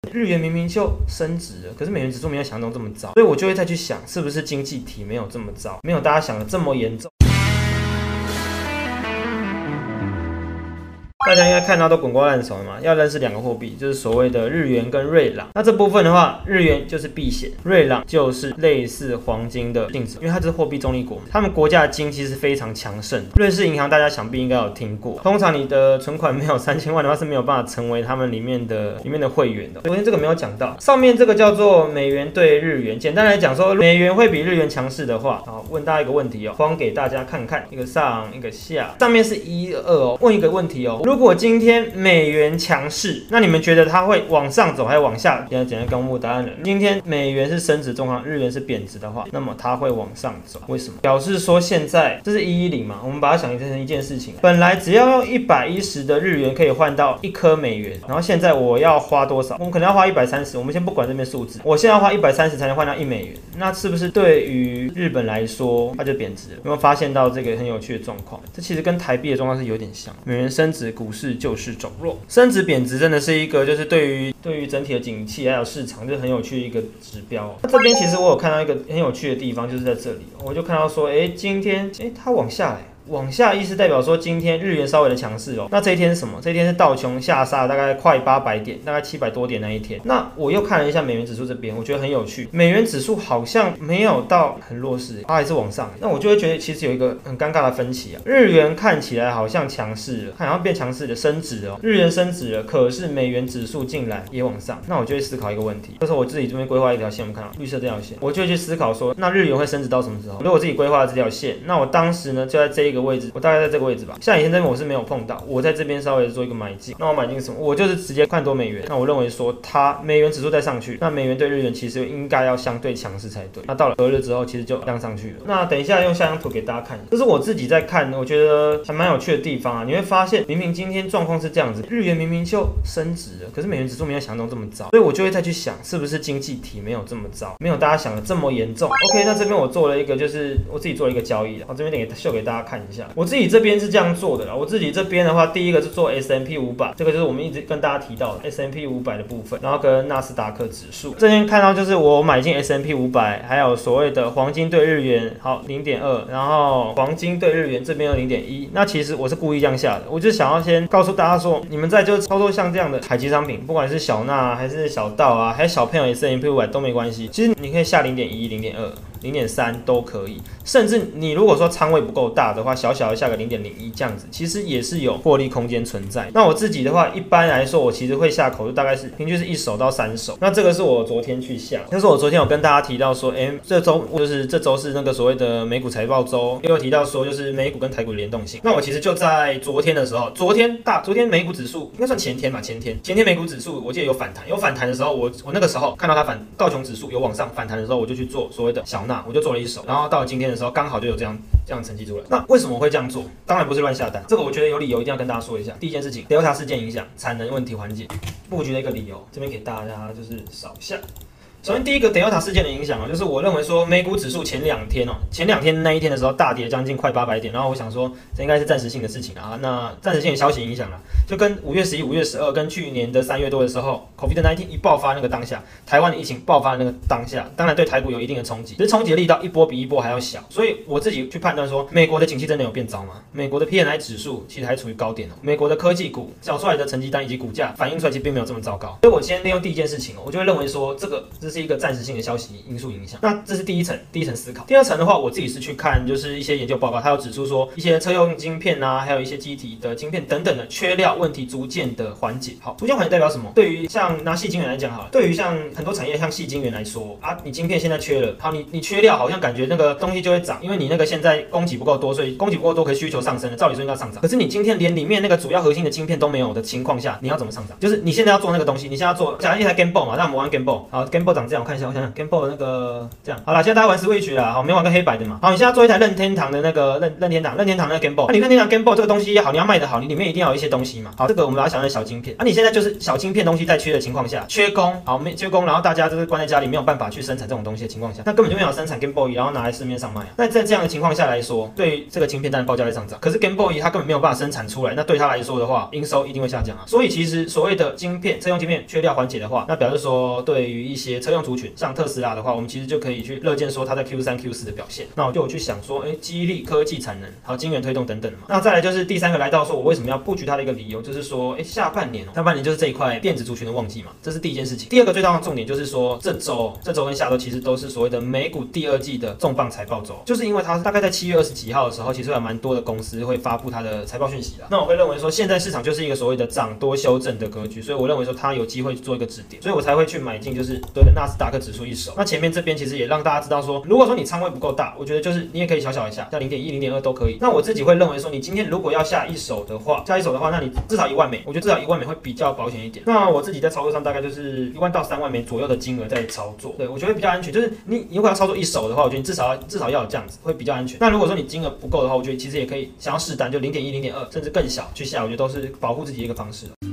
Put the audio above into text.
日元明明就升值了，可是美元指数没有想象中这么糟，所以我就会再去想，是不是经济体没有这么糟，没有大家想的这么严重。大家应该看到都滚瓜烂熟了嘛，要认识两个货币，就是所谓的日元跟瑞郎。那这部分的话，日元就是避险，瑞郎就是类似黄金的性质，因为它这是货币中立国嘛，他们国家的经济是非常强盛的。瑞士银行大家想必应该有听过，通常你的存款没有3000万的话是没有办法成为他们里面的会员的。昨天这个没有讲到，上面这个叫做美元对日元。简单来讲说，美元会比日元强势的话，好，问大家一个问题哦，框给大家看看，一个上一个下，上面是1、2哦，问一个问题哦。如果今天美元强势，那你们觉得它会往上走还是往下？现在简单公布答案了。今天美元是升值状况，日元是贬值的话，那么它会往上走。为什么？表示说现在这是110嘛，我们把它想成一件事情，本来只要用110的日元可以换到1颗美元，然后现在我要花多少？我们可能要花130，我们先不管这边数字，我现在要花130才能换到1美元，那是不是对于日本来说它就贬值了？有没有发现到这个很有趣的状况？这其实跟台币的状况是有点像，美元升值，股市就是走弱，升值贬值真的是一个就是对于整体的景气还有市场就是很有趣的一个指标。那这边其实我有看到一个很有趣的地方，就是在这里，我就看到说，今天它往下来。往下意思代表说今天日元稍微的强势哦，那这一天是什么？这一天是道琼下杀大概快800点，大概700多点那一天。那我又看了一下美元指数这边，我觉得很有趣，美元指数好像没有到很弱势，它还是往上。那我就会觉得其实有一个很尴尬的分歧啊，日元看起来好像强势了，好像变强势了，升值了，日元升值了，可是美元指数竟然也往上。那我就会思考一个问题，就是我自己这边规划一条线，我们看到绿色这条线，我就会去思考说，那日元会升值到什么时候？如果我自己规划的这条线，那我当时呢就在这一个位置，我大概在这个位置吧，像以前这边我是没有碰到，我在这边稍微做一个买进。那我买进什么？我就是直接看多美元。那我认为说它美元指数再上去，那美元对日元其实应该要相对强势才对。那到了隔日之后，其实就亮上去了。那等一下用下张图给大家看，这是我自己在看，我觉得还蛮有趣的地方啊。你会发现，明明今天状况是这样子，日元明明就升值了，可是美元指数没有想象中这么糟，所以我就会再去想，是不是经济体没有这么糟，没有大家想的这么严重。OK， 那这边我做了一个，就是我自己做了一个交易了，我这边秀给大家看一下，我自己这边是这样做的啦。我自己这边的话，第一个是做 S&P 500，这个就是我们一直跟大家提到的 S&P 500的部分，然后跟纳斯达克指数。这边看到就是我买进 S&P 500，还有所谓的黄金对日元，好 0.2， 然后黄金对日元这边有 0.1。那其实我是故意这样下的，我就想要先告诉大家说，你们在就是操作像这样的海基商品，不管是小纳还是小道啊，还是小朋友 S&P 500都没关系。其实你可以下 0.1、0.2、0.3都可以，甚至你如果说仓位不够大的话，小小的下个 0.01 这样子，其实也是有获利空间存在。那我自己的话，一般来说我其实会下口就大概是平均是1手到3手。那这个是我昨天去下，但是我昨天有跟大家提到说，这周就是这周是那个所谓的美股财报周，也有提到说就是美股跟台股的联动性。那我其实就在昨天的时候，昨天美股指数应该算前天吧，前天美股指数我记得有反弹的时候，我那个时候看到它道琼指数有往上反弹的时候，我就去做所谓的小纳，我就做了1手，然后到了今天的时候刚好就有这样成绩出来。那为什么我会这样做？当然不是乱下单，这个我觉得有理由一定要跟大家说一下。第一件事情 ，Delta 事件影响产能问题缓解，布局的一个理由，这边给大家就是扫一下。首先，第一个 Delta 事件的影响就是我认为说美股指数前两天那一天的时候大跌将近快800点，然后我想说这应该是暂时性的事情啊，那暂时性的消息影响了，就跟5月11、5月12跟去年的3月多的时候 ，COVID-19 一爆发那个当下，台湾的疫情爆发的那个当下，当然对台股有一定的冲击，只是冲击的力道一波比一波还要小，所以我自己去判断说，美国的景气真的有变糟吗？美国的 PMI 指数其实还处于高点哦，美国的科技股缴出来的成绩单以及股价反映出来其实并没有这么糟糕，所以我先利用第一件事情我就会认为说这是一个暂时性的消息因素影响。那这是第一层思考。第二层的话，我自己是去看就是一些研究报告，它有指出说一些车用晶片啊，还有一些机体的晶片等等的缺料问题逐渐的缓解。好，逐渐缓解代表什么？对于像拿矽晶圆来讲好了，对于像很多产业像矽晶圆来说啊，你晶片现在缺了，好，你缺料，好像感觉那个东西就会涨，因为你那个现在供给不够多，所以供给不够多，可以需求上升了，照理说应该上涨。可是你今天连里面那个主要核心的晶片都没有的情况下，你要怎么上涨？就是你现在要做那个东西，你现在要做，假如一台 Game Boy 嘛，让我们玩 Game Boy， 好 ，Game Boy 长这样，我看一下，我想想 Gamble 的那个这样，好啦，现在大家玩 Switch 啦，好，没玩个黑白的嘛。好，你现在做一台任天堂的那个任天堂那个 Gamble， 那你任天堂 Gamble 这个东西好，你要卖得好，你里面一定要有一些东西嘛。好，这个我们把它想成小晶片，你现在就是小晶片东西在缺的情况下，缺工，好没缺工，然后大家就是关在家里没有办法去生产这种东西的情况下，那根本就没有生产 Gamble， 然后拿来市面上卖。那在这样的情况下来说，对于这个晶片当然报价会上涨，可是 Gamble 它根本没有办法生产出来，那对它来说的话，营收一定会下降啊。所以其实所谓的晶片车用晶片缺料缓解的话，那表示说对于一些车用族群，像特斯拉的话，我们其实就可以去乐见说它在 Q3、Q4 的表现。那我就有去想说，激励科技产能，还有晶圆推动等等嘛。那再来就是第三个来到说我为什么要布局它的一个理由，就是说，下半年就是这一块电子族群的旺季嘛，这是第一件事情。第二个最重要的重点就是说，这周跟下周其实都是所谓的美股第二季的重磅财报周，就是因为它大概在7月20几号的时候，其实有蛮多的公司会发布它的财报讯息啦。那我会认为说，现在市场就是一个所谓的涨多修正的格局，所以我认为说它有机会做一个止跌，所以我才会去买进就是对的纳斯达克指数一手。那前面这边其实也让大家知道说，如果说你仓位不够大，我觉得就是你也可以小一下，像0.1、0.2都可以。那我自己会认为说，你今天如果要下一手的话，那你至少1万美，我觉得至少1万美会比较保险一点。那我自己在操作上大概就是1万到3万美左右的金额在操作，对我觉得比较安全。就是你如果要操作一手的话，我觉得你至少要有这样子，会比较安全。那如果说你金额不够的话，我觉得其实也可以想要试单，就0.1、0.2甚至更小去下，我觉得都是保护自己的一个方式。